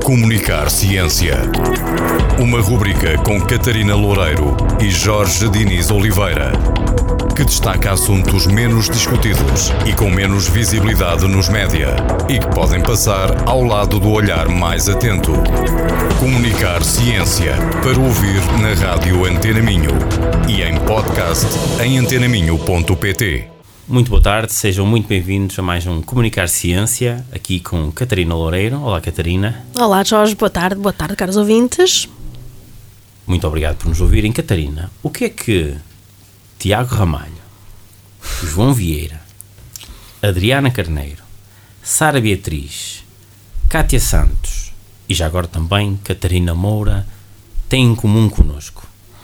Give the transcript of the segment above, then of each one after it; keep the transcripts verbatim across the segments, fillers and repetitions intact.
Comunicar Ciência. Uma rubrica com Catarina Loureiro e Jorge Diniz Oliveira, que destaca assuntos menos discutidos e com menos visibilidade nos média e que podem passar ao lado do olhar mais atento. Comunicar Ciência, para ouvir na rádio Antena Minho e em podcast em antenaminho ponto pt. Muito boa tarde, sejam muito bem-vindos a mais um Comunicar Ciência, aqui com Catarina Loureiro. Olá, Catarina. Olá, Jorge, boa tarde, boa tarde, caros ouvintes. Muito obrigado por nos ouvirem. Catarina, o que é que Tiago Ramalho, João Vieira, Adriana Carneiro, Sara Beatriz, Cátia Santos e já agora também Catarina Moura têm em comum connosco?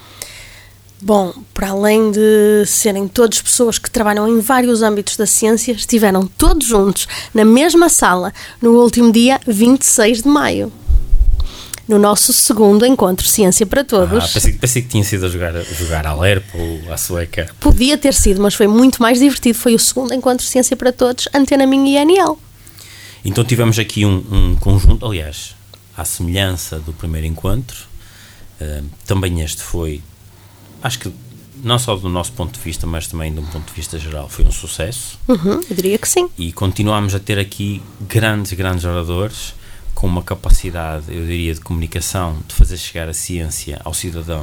Bom, para além de serem todas pessoas que trabalham em vários âmbitos da ciência, estiveram todos juntos na mesma sala no último dia vinte e seis de maio, no nosso segundo encontro Ciência para Todos. Ah, pensei, pensei que tinha sido a jogar, a jogar à Lerpa ou à sueca. Podia ter sido, mas foi muito mais divertido. Foi o segundo encontro Ciência para Todos, Antena Minho e N L. Então tivemos aqui um, um conjunto, aliás, à semelhança do primeiro encontro, uh, também este foi, acho que não só do nosso ponto de vista, mas também de um ponto de vista geral, foi um sucesso. Uhum, eu diria que sim. E continuamos a ter aqui grandes, grandes oradores com uma capacidade, eu diria, de comunicação, de fazer chegar a ciência ao cidadão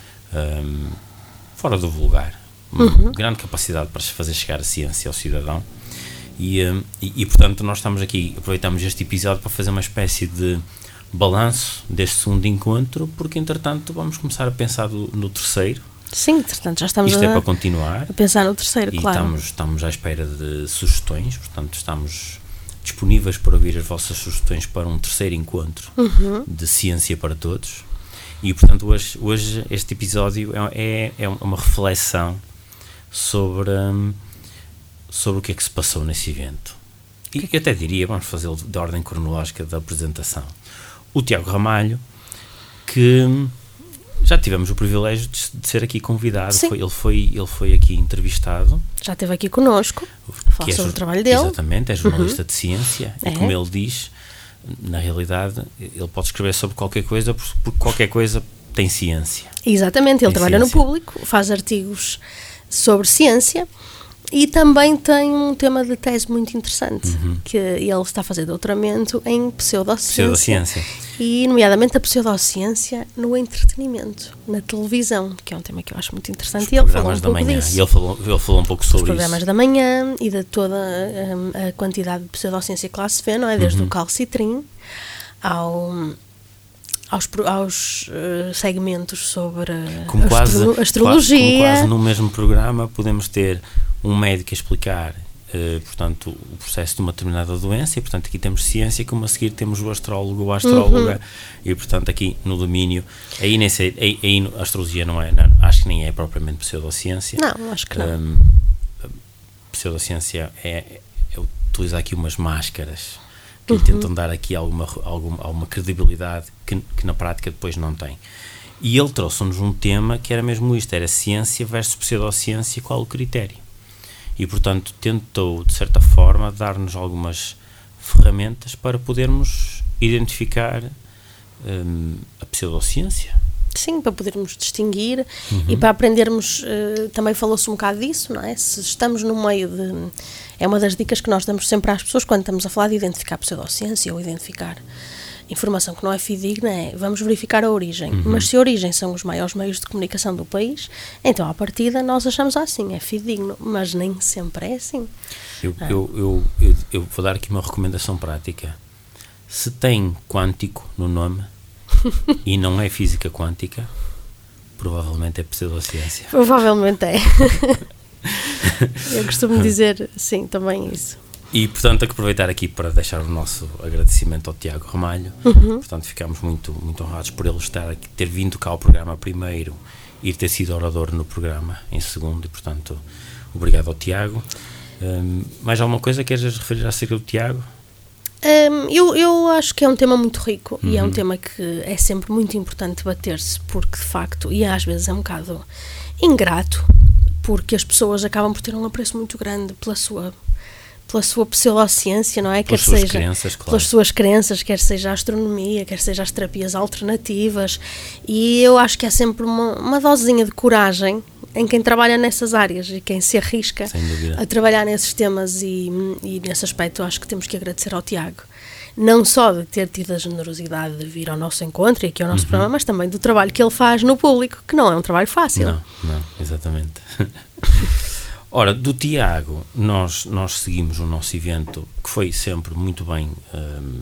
um, fora do vulgar. Uma uhum. grande capacidade para fazer chegar a ciência ao cidadão. E, um, e, e, portanto, nós estamos aqui, aproveitamos este episódio para fazer uma espécie de balanço deste segundo encontro, porque entretanto vamos começar a pensar do, no terceiro. Sim, entretanto já estamos Isto a, é para continuar, a pensar no terceiro, e claro. estamos, estamos à espera de sugestões, portanto estamos disponíveis para ouvir as vossas sugestões para um terceiro encontro uhum. de Ciência para Todos. E portanto hoje, hoje este episódio é, é, é uma reflexão sobre, um, sobre o que é que se passou nesse evento. E eu até diria, vamos fazê-lo de ordem cronológica da apresentação. O Tiago Ramalho, que já tivemos o privilégio de, de ser aqui convidado. Foi, ele, foi, ele foi aqui entrevistado. Já esteve aqui connosco, a falar é, sobre o trabalho dele. Exatamente, é jornalista uhum. de ciência. É. E como ele diz, na realidade, ele pode escrever sobre qualquer coisa, porque qualquer coisa tem ciência. Exatamente, ele tem trabalha ciência. no público, faz artigos sobre ciência. E também tem um tema de tese muito interessante, uhum. que ele está a fazer doutoramento em pseudociência, pseudociência. E nomeadamente a pseudociência no entretenimento, na televisão, que é um tema que eu acho muito interessante. Os e ele falou um da pouco manhã. disso. E ele falou, ele falou um pouco sobre Os programas isso. da manhã e de toda um, a quantidade de pseudociência classe V, não é? Desde uhum. o calcitrim ao... aos, aos uh, segmentos sobre como astro, quase, astrologia. Quase, como quase no mesmo programa podemos ter um médico a explicar, uh, portanto, o processo de uma determinada doença, e portanto aqui temos ciência, como a seguir temos o astrólogo ou a astróloga, uhum. e portanto aqui no domínio, aí nem sei, aí, aí a astrologia não é, não, acho que nem é propriamente pseudociência. Não, acho que não. Um, pseudociência é, é utilizar aqui umas máscaras que lhe tentam dar aqui alguma, alguma, alguma credibilidade que, que na prática depois não tem. E ele trouxe-nos um tema que era mesmo isto, era ciência versus pseudociência, qual o critério? E, portanto, tentou, de certa forma, dar-nos algumas ferramentas para podermos identificar hum, a pseudociência. Sim, para podermos distinguir uhum. e para aprendermos, uh, também falou-se um bocado disso, não é? Se estamos no meio de... É uma das dicas que nós damos sempre às pessoas quando estamos a falar de identificar pseudociência ou identificar informação que não é fidedigna, é vamos verificar a origem. Uhum. Mas se a origem são os maiores meios de comunicação do país, então à partida nós achamos assim, é fidedigno, mas nem sempre é assim. Eu, ah. eu, eu, eu, eu vou dar aqui uma recomendação prática. Se tem quântico no nome e não é física quântica, provavelmente é pseudociência. Provavelmente é. Eu costumo dizer, sim, também isso. E, portanto, aproveitar aqui para deixar o nosso agradecimento ao Tiago Ramalho. Uhum. Portanto, ficamos muito, muito honrados por ele estar aqui, ter vindo cá ao programa primeiro e ter sido orador no programa em segundo. E, portanto, obrigado ao Tiago. Um, mais alguma coisa queres referir acerca do Tiago? Um, eu, eu acho que é um tema muito rico uhum. e é um tema que é sempre muito importante debater-se, porque de facto, e às vezes é um bocado ingrato, porque as pessoas acabam por ter um apreço muito grande pela sua pela sua pseudociência, não é? Pelas Quer suas seja crenças, claro. pelas suas crenças, quer seja a astronomia, quer seja as terapias alternativas, e eu acho que é sempre uma, uma dosezinha de coragem em quem trabalha nessas áreas e quem se arrisca a trabalhar nesses temas, e, e nesse aspecto eu acho que temos que agradecer ao Tiago, não só de ter tido a generosidade de vir ao nosso encontro e aqui ao nosso uhum. programa, mas também do trabalho que ele faz no público, que não é um trabalho fácil. Não, não, exatamente. Ora, do Tiago, nós, nós seguimos o nosso evento, que foi sempre muito bem... Hum,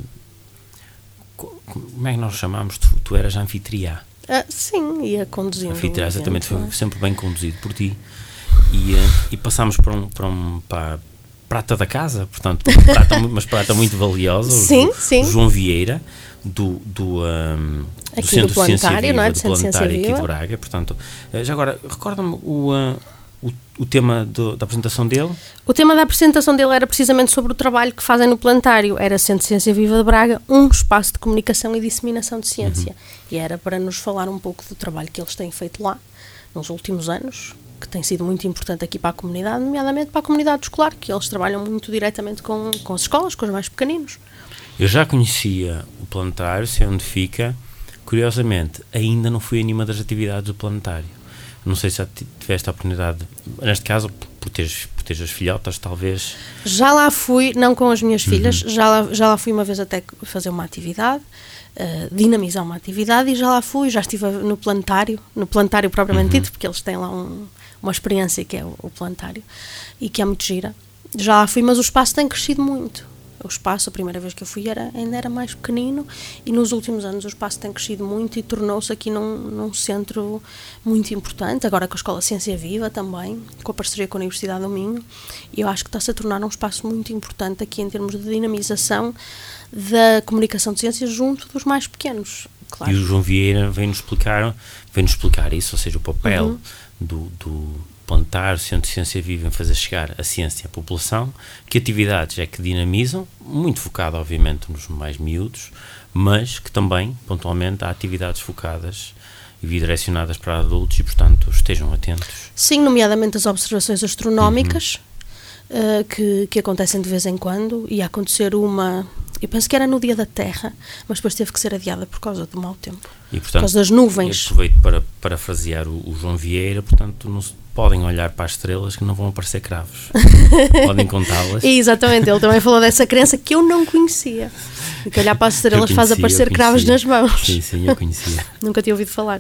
como é que nós chamamos? Tu, tu eras anfitriã. Ah, sim, ia conduzindo. Anfitriã, exatamente, foi sempre bem conduzido por ti. E, uh, e passámos para um... Para um para prata da casa, portanto, prata, mas prata muito valiosa. Sim, o, sim. O João Vieira, do... do um, do Centro do de Ciência Viva, não é? do Planetário aqui de Braga, portanto, já agora, recorda-me o, uh, o, o tema do, da apresentação dele? O tema da apresentação dele era precisamente sobre o trabalho que fazem no Planetário, era Centro de Ciência Viva de Braga, um espaço de comunicação e disseminação de ciência, uhum. e era para nos falar um pouco do trabalho que eles têm feito lá, nos últimos anos, que tem sido muito importante aqui para a comunidade, nomeadamente para a comunidade escolar, que eles trabalham muito diretamente com, com as escolas, com os mais pequeninos. Eu já conhecia o Planetário, sei onde fica. Curiosamente, ainda não fui a nenhuma das atividades do Planetário. Não sei se já tiveste a oportunidade, neste caso, por teres, por teres as filhotas, talvez. Já lá fui, não com as minhas uhum. filhas, já lá, já lá fui uma vez até fazer uma atividade, uh, dinamizar uma atividade, e já lá fui, já estive no Planetário, no Planetário propriamente uhum. dito, porque eles têm lá um, uma experiência que é o, o Planetário, e que é muito gira. Já lá fui, mas o espaço tem crescido muito. O espaço, a primeira vez que eu fui, era, ainda era mais pequenino, e nos últimos anos o espaço tem crescido muito e tornou-se aqui num, num centro muito importante, agora com a Escola Ciência Viva também, com a parceria com a Universidade do Minho, e eu acho que está-se a tornar um espaço muito importante aqui em termos de dinamização da comunicação de ciências junto dos mais pequenos. Claro. E o João Vieira vem-nos explicar, vem-nos explicar isso, ou seja, o papel uhum. do... do Planetário, Centro de Ciência Viva, em fazer chegar a ciência à população, que atividades é que dinamizam, muito focado obviamente nos mais miúdos, mas que também, pontualmente, há atividades focadas e bidirecionadas para adultos e, portanto, estejam atentos. Sim, nomeadamente as observações astronómicas, uhum. uh, que, que acontecem de vez em quando, e a acontecer uma... Eu penso que era no Dia da Terra, mas depois teve que ser adiada por causa do mau tempo, e, portanto, por causa das nuvens. Aproveito para parafrasear o, o João Vieira, portanto, não se podem olhar para as estrelas que não vão aparecer cravos. Podem contá-las. Exatamente, ele também falou dessa crença que eu não conhecia. E que olhar para as estrelas conhecia, faz aparecer cravos nas mãos. Sim, sim, eu conhecia. Nunca tinha ouvido falar.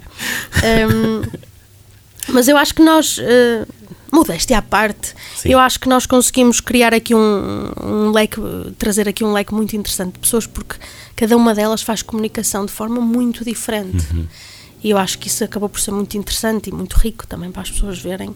Um, mas eu acho que nós... Uh, modéstia à parte, sim. Eu acho que nós conseguimos criar aqui um, um leque, trazer aqui um leque muito interessante de pessoas, porque cada uma delas faz comunicação de forma muito diferente. Uhum. E eu acho que isso acabou por ser muito interessante e muito rico também para as pessoas verem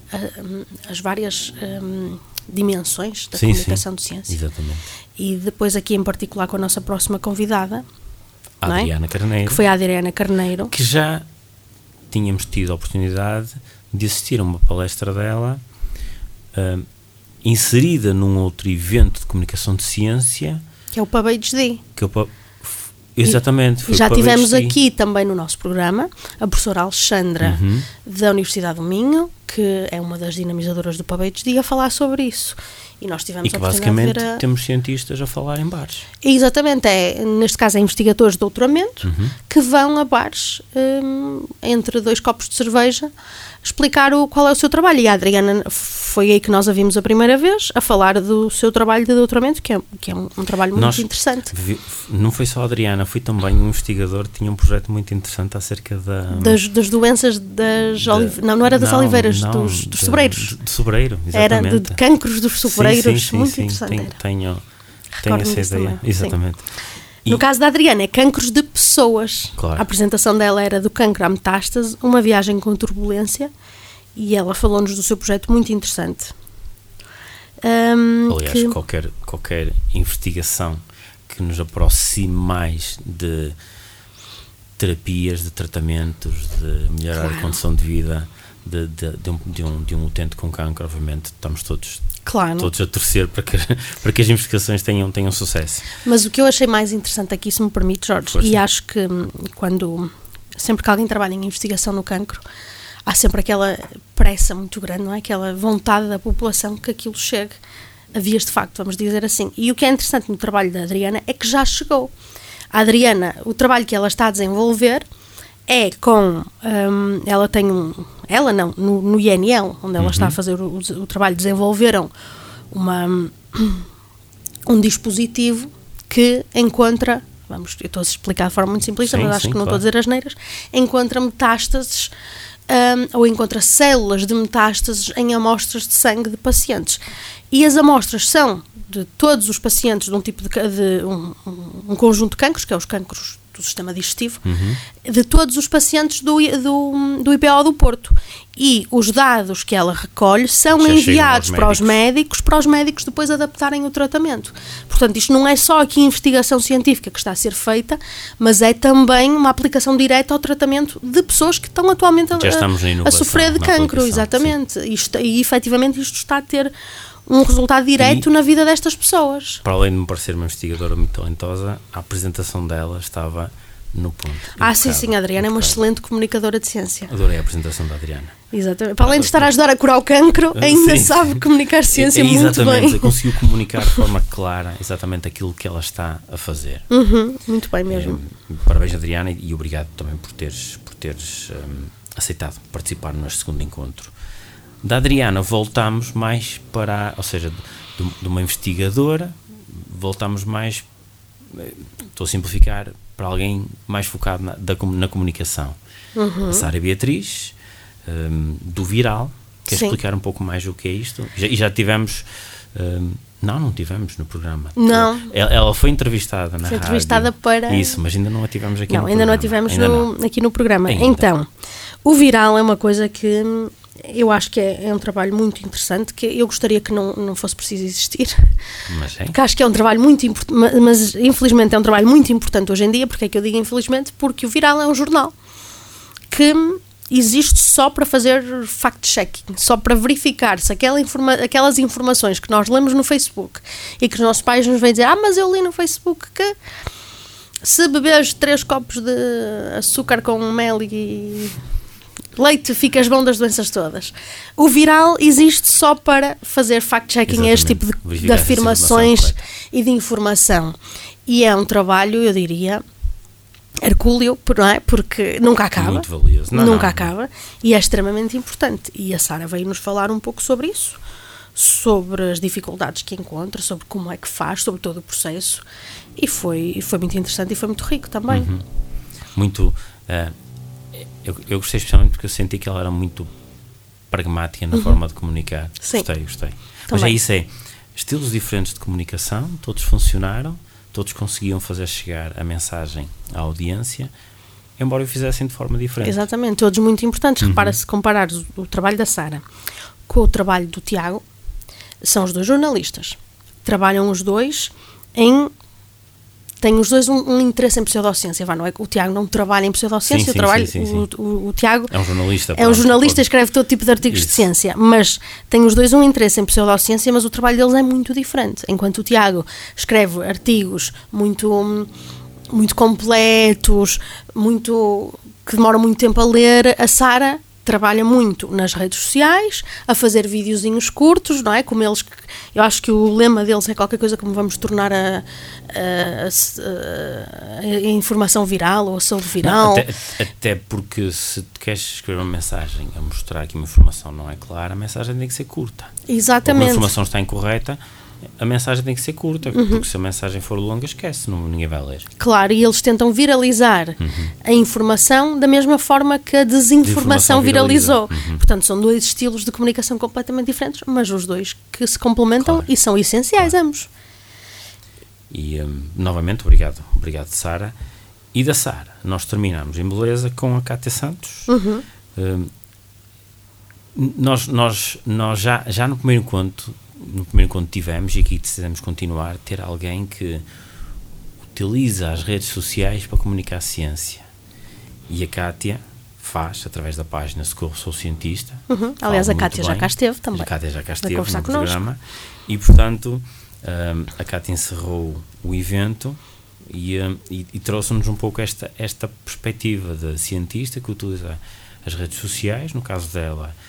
uh, as várias um, dimensões da sim, comunicação sim. de ciência. Exatamente. E depois aqui em particular com a nossa próxima convidada, a não Adriana é? Carneiro, que foi a Adriana Carneiro, que já tínhamos tido a oportunidade de assistir a uma palestra dela uh, inserida num outro evento de comunicação de ciência, que é o P A B H D. Que é o Exatamente. E já tivemos aqui também no nosso programa a professora Alexandra uhum. da Universidade do Minho, que é uma das dinamizadoras do P A B H D, a falar sobre isso. E nós tivemos e que a basicamente de ver a... temos cientistas a falar em bares. Exatamente, é, neste caso é investigadores de doutoramento uhum. que vão a bares um, entre dois copos de cerveja explicar o, qual é o seu trabalho. E a Adriana, foi aí que nós a vimos a primeira vez, a falar do seu trabalho de doutoramento, que é, que é um, um trabalho muito nós interessante. Vi, não foi só a Adriana, foi também um investigador que tinha um projeto muito interessante acerca da... Das, das doenças das... Da, olive, não, não era das não, oliveiras, não, dos, dos sobreiros. De sobreiro, exatamente. Era de, de cancros dos sobreiros, sim, sim, sim, muito sim, interessante. Tenho, tenho, tenho essa ideia, também. Exatamente. E no caso da Adriana, é cancros de pessoas. Claro. A apresentação dela era do cancro à metástase, uma viagem com turbulência, e ela falou-nos do seu projeto muito interessante. Um, Aliás, que... qualquer, qualquer investigação que nos aproxime mais de terapias, de tratamentos, de melhorar claro. a condição de vida de, de, de, um, de, um, de um utente com cancro, obviamente estamos todos, claro. todos a torcer para que, para que as investigações tenham, tenham sucesso. Mas o que eu achei mais interessante aqui, se me permite, Jorge, Força. E acho que quando sempre que alguém trabalha em investigação no cancro, há sempre aquela pressa muito grande, não é? Aquela vontade da população que aquilo chegue a vias de facto, vamos dizer assim. E o que é interessante no trabalho da Adriana é que já chegou. A Adriana, o trabalho que ela está a desenvolver é com, um, ela tem um, ela não, no, no I N L, onde ela uhum. está a fazer o, o trabalho, desenvolveram uma, um dispositivo que encontra, vamos, eu estou a explicar de forma muito simplista, sim, mas acho sim, que não claro. estou a dizer as neiras, encontra metástases, um, ou encontra células de metástases em amostras de sangue de pacientes. E as amostras são de todos os pacientes de um tipo de, de um, um conjunto de cancros, que é os cancros do sistema digestivo, uhum. de todos os pacientes do, do, do I P O do Porto. E os dados que ela recolhe são Já enviados para os médicos, para os médicos depois adaptarem o tratamento. Portanto, isto não é só aqui investigação científica que está a ser feita, mas é também uma aplicação direta ao tratamento de pessoas que estão atualmente a, a sofrer de cancro. Exatamente. Isto, e efetivamente isto está a ter um resultado direto e, na vida destas pessoas. Para além de me parecer uma investigadora muito talentosa, a apresentação dela estava no ponto. Ah, sim, sim, a Adriana é uma excelente comunicadora de ciência. Adorei a apresentação da Adriana. Exatamente. Para além de estar a ajudar a curar o cancro, ainda sim. sabe comunicar ciência é, é muito bem. Exatamente, conseguiu comunicar de forma clara exatamente aquilo que ela está a fazer. Uhum, muito bem mesmo. É, parabéns, Adriana, e obrigado também por teres, por teres um, aceitado participar no nosso segundo encontro. Da Adriana voltamos mais para, ou seja, de, de uma investigadora, voltamos mais, estou a simplificar, para alguém mais focado na, da, na comunicação. Uhum. A Sara Beatriz, um, do Viral, quer Sim. explicar um pouco mais o que é isto? Já, e já tivemos, um, não, não tivemos no programa. Não. Ela, ela foi entrevistada na foi rádio. entrevistada para... Isso, mas ainda não a tivemos aqui não, no ainda programa. Não a tivemos ainda no, não. aqui no programa. Ainda. Então, o Viral é uma coisa que... eu acho que é, é um trabalho muito interessante, que eu gostaria que não, não fosse preciso existir, mas, é? porque acho que é um trabalho muito importante, mas, mas infelizmente é um trabalho muito importante hoje em dia. Porque é que eu digo infelizmente? Porque o Viral é um jornal que existe só para fazer fact-checking, só para verificar se aquela informa- aquelas informações que nós lemos no Facebook e que os nossos pais nos vêm dizer, ah, mas eu li no Facebook que se beberes três copos de açúcar com mel e leite, ficas bom das doenças todas. O Viral existe só para fazer fact-checking a este tipo de, de afirmações e de informação. E é um trabalho, eu diria, hercúleo, não é? Porque nunca acaba. Muito valioso. Não, nunca não. acaba. E é extremamente importante. E a Sara veio-nos falar um pouco sobre isso, sobre as dificuldades que encontra, sobre como é que faz, sobre todo o processo. E foi, foi muito interessante e foi muito rico também. Uhum. Muito... Uh, Eu, eu gostei especialmente porque eu senti que ela era muito pragmática na uhum. forma de comunicar. Sim. Gostei, gostei. Também. Mas é isso, é estilos diferentes de comunicação, todos funcionaram, todos conseguiam fazer chegar a mensagem à audiência, embora o fizessem de forma diferente. Exatamente, todos muito importantes. Uhum. Repara, se comparares o, o trabalho da Sara com o trabalho do Tiago, são os dois jornalistas. Trabalham os dois em... têm os dois um, um interesse em pseudociência, não é? O Tiago não trabalha em pseudociência, sim, sim, o, trabalho, sim, sim, sim. O, o, o Tiago é um jornalista, é um jornalista e escreve todo tipo de artigos Isso. de ciência, mas tem os dois um interesse em pseudociência, mas o trabalho deles é muito diferente. Enquanto o Tiago escreve artigos muito, muito completos, muito, que demoram muito tempo a ler, a Sara trabalha muito nas redes sociais, a fazer videozinhos curtos, não é? Como eles, eu acho que o lema deles é qualquer coisa como vamos tornar a, a, a, a informação viral ou a saúde viral. Não, até, até porque se tu queres escrever uma mensagem a mostrar que uma informação não é clara, a mensagem tem que ser curta. Exatamente. Ou a informação está incorreta, a mensagem tem que ser curta, uhum. porque se a mensagem for longa, esquece, não, ninguém vai ler. Claro, e eles tentam viralizar uhum. a informação da mesma forma que a desinformação viralizou. Uhum. Portanto, são dois estilos de comunicação completamente diferentes, mas os dois que se complementam claro. E são essenciais, claro. Ambos. E, um, novamente, obrigado, obrigado, Sara. E da Sara, nós terminamos em beleza com a Cátia Santos. Uhum. Um, nós nós, nós já, já no primeiro encontro no primeiro encontro tivemos, e aqui decidimos continuar, ter alguém que utiliza as redes sociais para comunicar a ciência. E a Cátia faz, através da página Socorro Sou Cientista. Uhum. Aliás, a Cátia já cá esteve também. A Cátia já cá esteve no connosco. Programa. E, portanto, um, a Cátia encerrou o evento e, um, e, e trouxe-nos um pouco esta, esta perspectiva de cientista que utiliza as redes sociais, no caso dela,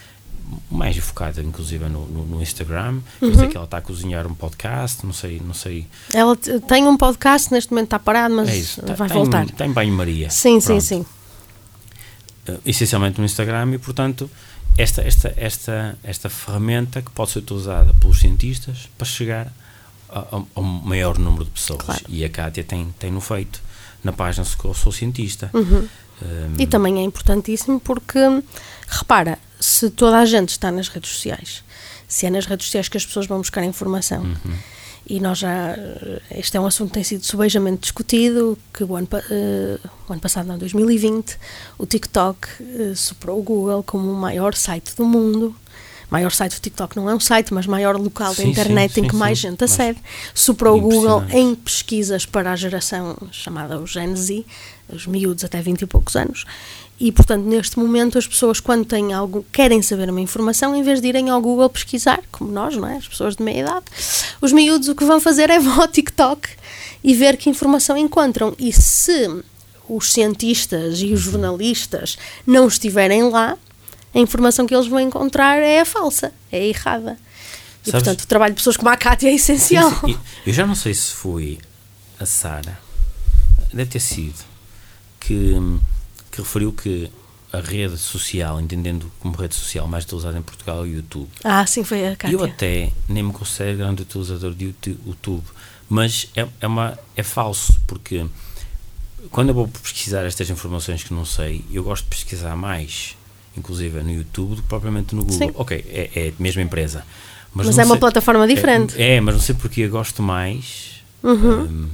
mais focada inclusive no, no, no Instagram. Eu uhum. sei que ela está a cozinhar um podcast, não sei, não sei. Ela tem um podcast, neste momento está parado, mas é isso, vai tem, voltar. Tem banho-maria. Sim, Pronto. sim, sim. Uh, essencialmente no Instagram, e portanto esta, esta, esta, esta ferramenta que pode ser utilizada pelos cientistas para chegar a, a um maior número de pessoas. Claro. E a Kátia tem, tem no feito na página Eu Sou Cientista. Uhum. Um, e também é importantíssimo porque, repara, se toda a gente está nas redes sociais, se é nas redes sociais que as pessoas vão buscar informação, uhum. e nós já, este é um assunto que tem sido subejamente discutido, que o ano, uh, o ano passado, não, dois mil e vinte, o TikTok uh, superou o Google como o maior site do mundo. Maior site do TikTok não é um site, mas maior local sim, da internet sim, em que sim, mais sim. gente acede. Superou o Google em pesquisas para a geração chamada o Gen Z, os miúdos até vinte e poucos anos. E, portanto, neste momento, as pessoas, quando têm algo, querem saber uma informação, em vez de irem ao Google pesquisar, como nós, não é? As pessoas de meia idade, os miúdos o que vão fazer é vão ao TikTok e ver que informação encontram. E se os cientistas e os jornalistas não estiverem lá, a informação que eles vão encontrar é a falsa, é a errada. E, Sabes, portanto, o trabalho de pessoas como a Kátia é essencial. Sim, sim. Eu já não sei se foi a Sara, deve ter sido, que, que referiu que a rede social, entendendo como rede social mais utilizada em Portugal, é o YouTube. Ah, sim, foi a Kátia. Eu até nem me considero grande utilizador de YouTube, mas é, é, uma, é falso, porque quando eu vou pesquisar estas informações que não sei, eu gosto de pesquisar mais, inclusive no YouTube, do que propriamente no Google. Sim. Ok, é, é a mesma empresa. Mas, mas é sei, uma plataforma diferente. É, é, mas não sei porque eu gosto mais. Uhum. Um,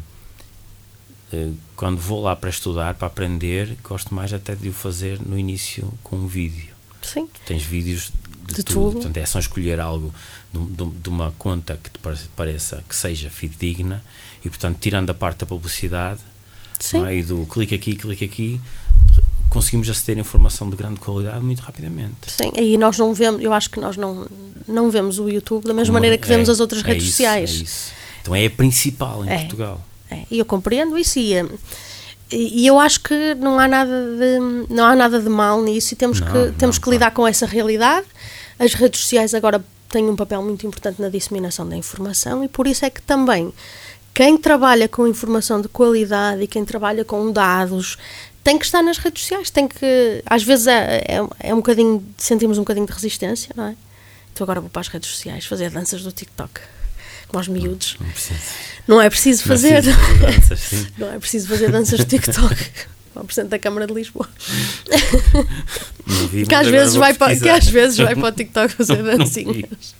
uh, quando vou lá para estudar, para aprender, gosto mais até de o fazer no início com um vídeo. Sim. Tu tens vídeos de, de tudo. tudo. Portanto, é só escolher algo de, de, de uma conta que te pareça que seja fidedigna e, portanto, tirando a parte da publicidade, não é? E do clique aqui, clique aqui, conseguimos aceder a informação de grande qualidade muito rapidamente. Sim, e nós não vemos, eu acho que nós não, não vemos o YouTube da mesma Como, maneira que vemos é, as outras é redes isso, sociais. É isso. Então é a principal em é, Portugal. É, e eu compreendo isso e, e eu acho que não há nada de, não há nada de mal nisso e temos não, que, não, temos que claro. lidar com essa realidade. As redes sociais agora têm um papel muito importante na disseminação da informação e por isso é que também quem trabalha com informação de qualidade e quem trabalha com dados tem que estar nas redes sociais, tem que, às vezes é, é, é um bocadinho, sentimos um bocadinho de resistência, não é? Então agora vou para as redes sociais fazer danças do TikTok, como aos miúdos. Não, não, preciso. não é preciso fazer, não é preciso fazer danças, sim. Não é preciso fazer danças do TikTok. O Presidente da Câmara de Lisboa. Vi, que, às vezes vai para, que às vezes vai para o TikTok fazer dancinhas.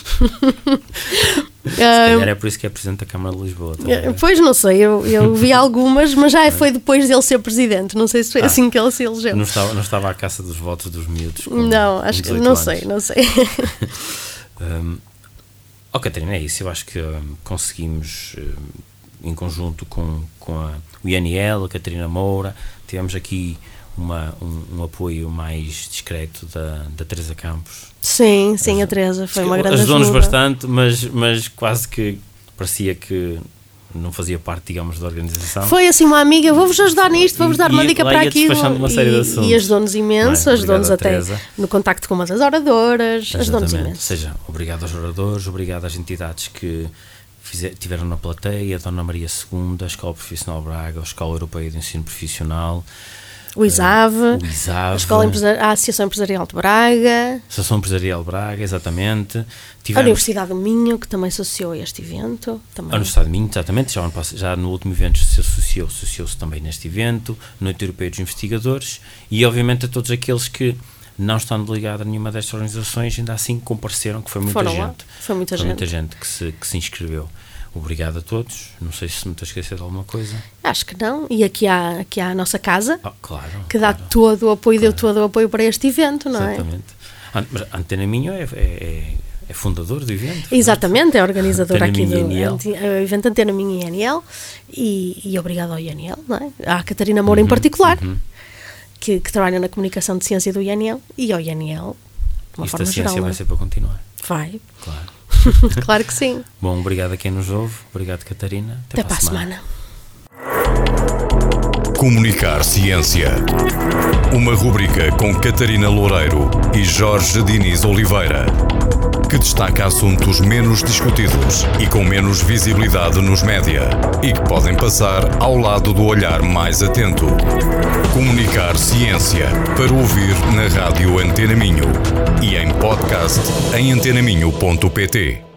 Se calhar é por isso que é Presidente da Câmara de Lisboa. Também. Pois não sei, eu, eu vi algumas, mas já foi depois dele ser Presidente. Não sei se foi ah, assim que ele se elegeu. Não estava, não estava à caça dos votos dos miúdos? Não, acho que não anos. sei, não sei. um, oh, Catarina, é isso. Eu acho que um, conseguimos, um, em conjunto com, com a, o I N L, a Catarina Moura, tivemos aqui uma, um, um apoio mais discreto da, da Teresa Campos. Sim, sim, a Teresa foi uma grande ajuda. Ajudou-nos bastante, mas, mas quase que parecia que não fazia parte, digamos, da organização. Foi assim uma amiga, vou-vos ajudar nisto, vou-vos dar uma dica para aquilo. Uma série de assuntos. E, e ajudou-nos imenso, é? ajudou-nos até Teresa. No contacto com uma das oradoras, ajudou-nos imenso. Ou seja, obrigado aos oradores, obrigado às entidades que fizer, tiveram na plateia, a Dona Maria segunda, a Escola Profissional Braga, a Escola Europeia de Ensino Profissional, o ISAV, uh, o ISAV a, Escola Empresari- a Associação Empresarial de Braga, a Associação Empresarial de Braga, exatamente. Tivemos a Universidade do Minho, que também se associou a este evento. Também. A Universidade do Minho, exatamente, já, já no último evento se associou, associou-se também neste evento, Noite Europeia dos Investigadores, e obviamente a todos aqueles que não estão ligados a nenhuma destas organizações, ainda assim compareceram, que foi muita Foram gente. Lá. Foi muita foi gente. muita gente que se, que se inscreveu. Obrigado a todos. Não sei se me estou a esquecer de alguma coisa. Acho que não. E aqui há, aqui há a nossa casa, oh, claro, que dá claro, todo o apoio, claro. deu todo o apoio para este evento, não Exatamente. é? Mas a Antena Minho é, é, é fundador do evento. Exatamente, é organizadora aqui do anti, evento Antena Minho e I N L. E, e obrigado ao I N L, não é? À Catarina Moura uhum, em particular, uhum. que, que trabalha na comunicação de ciência do I N L, e ao I N L, de uma Isto forma a ciência geral. vai não? ser para continuar. Vai. Claro. Claro que sim. Bom, obrigado a quem nos ouve. Obrigado, Catarina. Até, Até para a semana. semana. Comunicar Ciência. Uma rubrica com Catarina Loureiro e Jorge Diniz Oliveira, que destaca assuntos menos discutidos e com menos visibilidade nos média e que podem passar ao lado do olhar mais atento. Comunicar Ciência, para ouvir na rádio Antena Minho e em podcast em antena minho ponto pt.